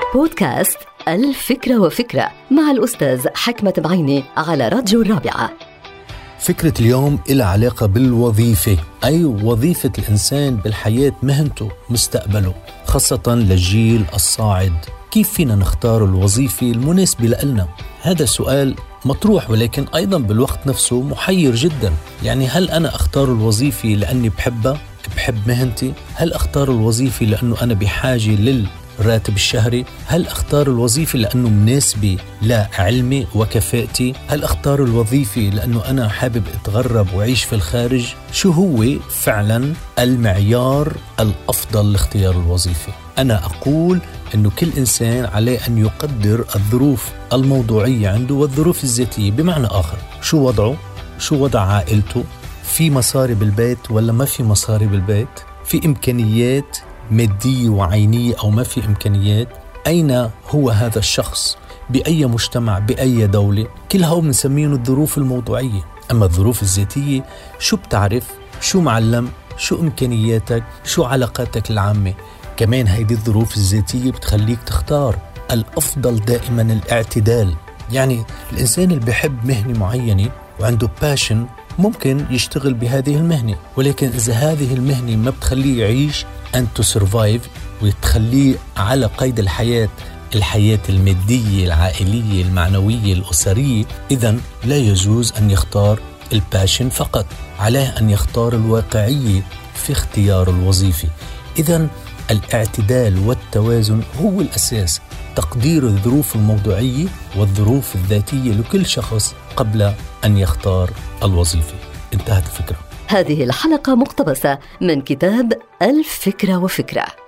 بودكاست الفكرة وفكرة مع الأستاذ حكمة بعيني على راديو الرابعة. فكرة اليوم إلها علاقة بالوظيفة، أي وظيفة الإنسان بالحياة، مهنته، مستقبله، خاصة للجيل الصاعد. كيف فينا نختار الوظيفة المناسبة لنا؟ هذا سؤال مطروح، ولكن أيضا بالوقت نفسه محير جدا. يعني هل أنا أختار الوظيفة لأني بحبها، بحب مهنتي؟ هل أختار الوظيفة لأنه أنا بحاجة للراتب الشهري؟ هل أختار الوظيفة لأنه مناسبة لعلمي وكفاءتي؟ هل أختار الوظيفة لأنه أنا حابب أتغرب وعيش في الخارج؟ شو هو فعلا المعيار الأفضل لاختيار الوظيفة؟ أنا أقول أنه كل إنسان عليه أن يقدر الظروف الموضوعية عنده والظروف الذاتية. بمعنى آخر، شو وضعه؟ شو وضع عائلته؟ في مصاري بالبيت ولا ما في مصاري بالبيت؟ في إمكانيات مادية وعينية أو ما في إمكانيات؟ أين هو هذا الشخص؟ بأي مجتمع؟ بأي دولة؟ كلها بنسميه الظروف الموضوعية. أما الظروف الذاتية، شو بتعرف؟ شو معلم؟ شو إمكانياتك؟ شو علاقاتك العامة؟ كمان هيدي الظروف الذاتية بتخليك تختار. الأفضل دائما الاعتدال. يعني الإنسان اللي بيحب مهنة معينة وعنده باشن ممكن يشتغل بهذه المهنة، ولكن إذا هذه المهنة ما بتخليه يعيش and to survive وتخليه على قيد الحياة المادية، العائلية، المعنوية، الأسرية، إذن لا يجوز أن يختار الباشن فقط، عليه أن يختار الواقعية في اختيار الوظيفة. إذن الاعتدال والتوازن هو الأساس، تقدير الظروف الموضوعية والظروف الذاتية لكل شخص قبل أن يختار الوظيفة. انتهت الفكرة. هذه الحلقة مقتبسة من كتاب الفكرة وفكرة.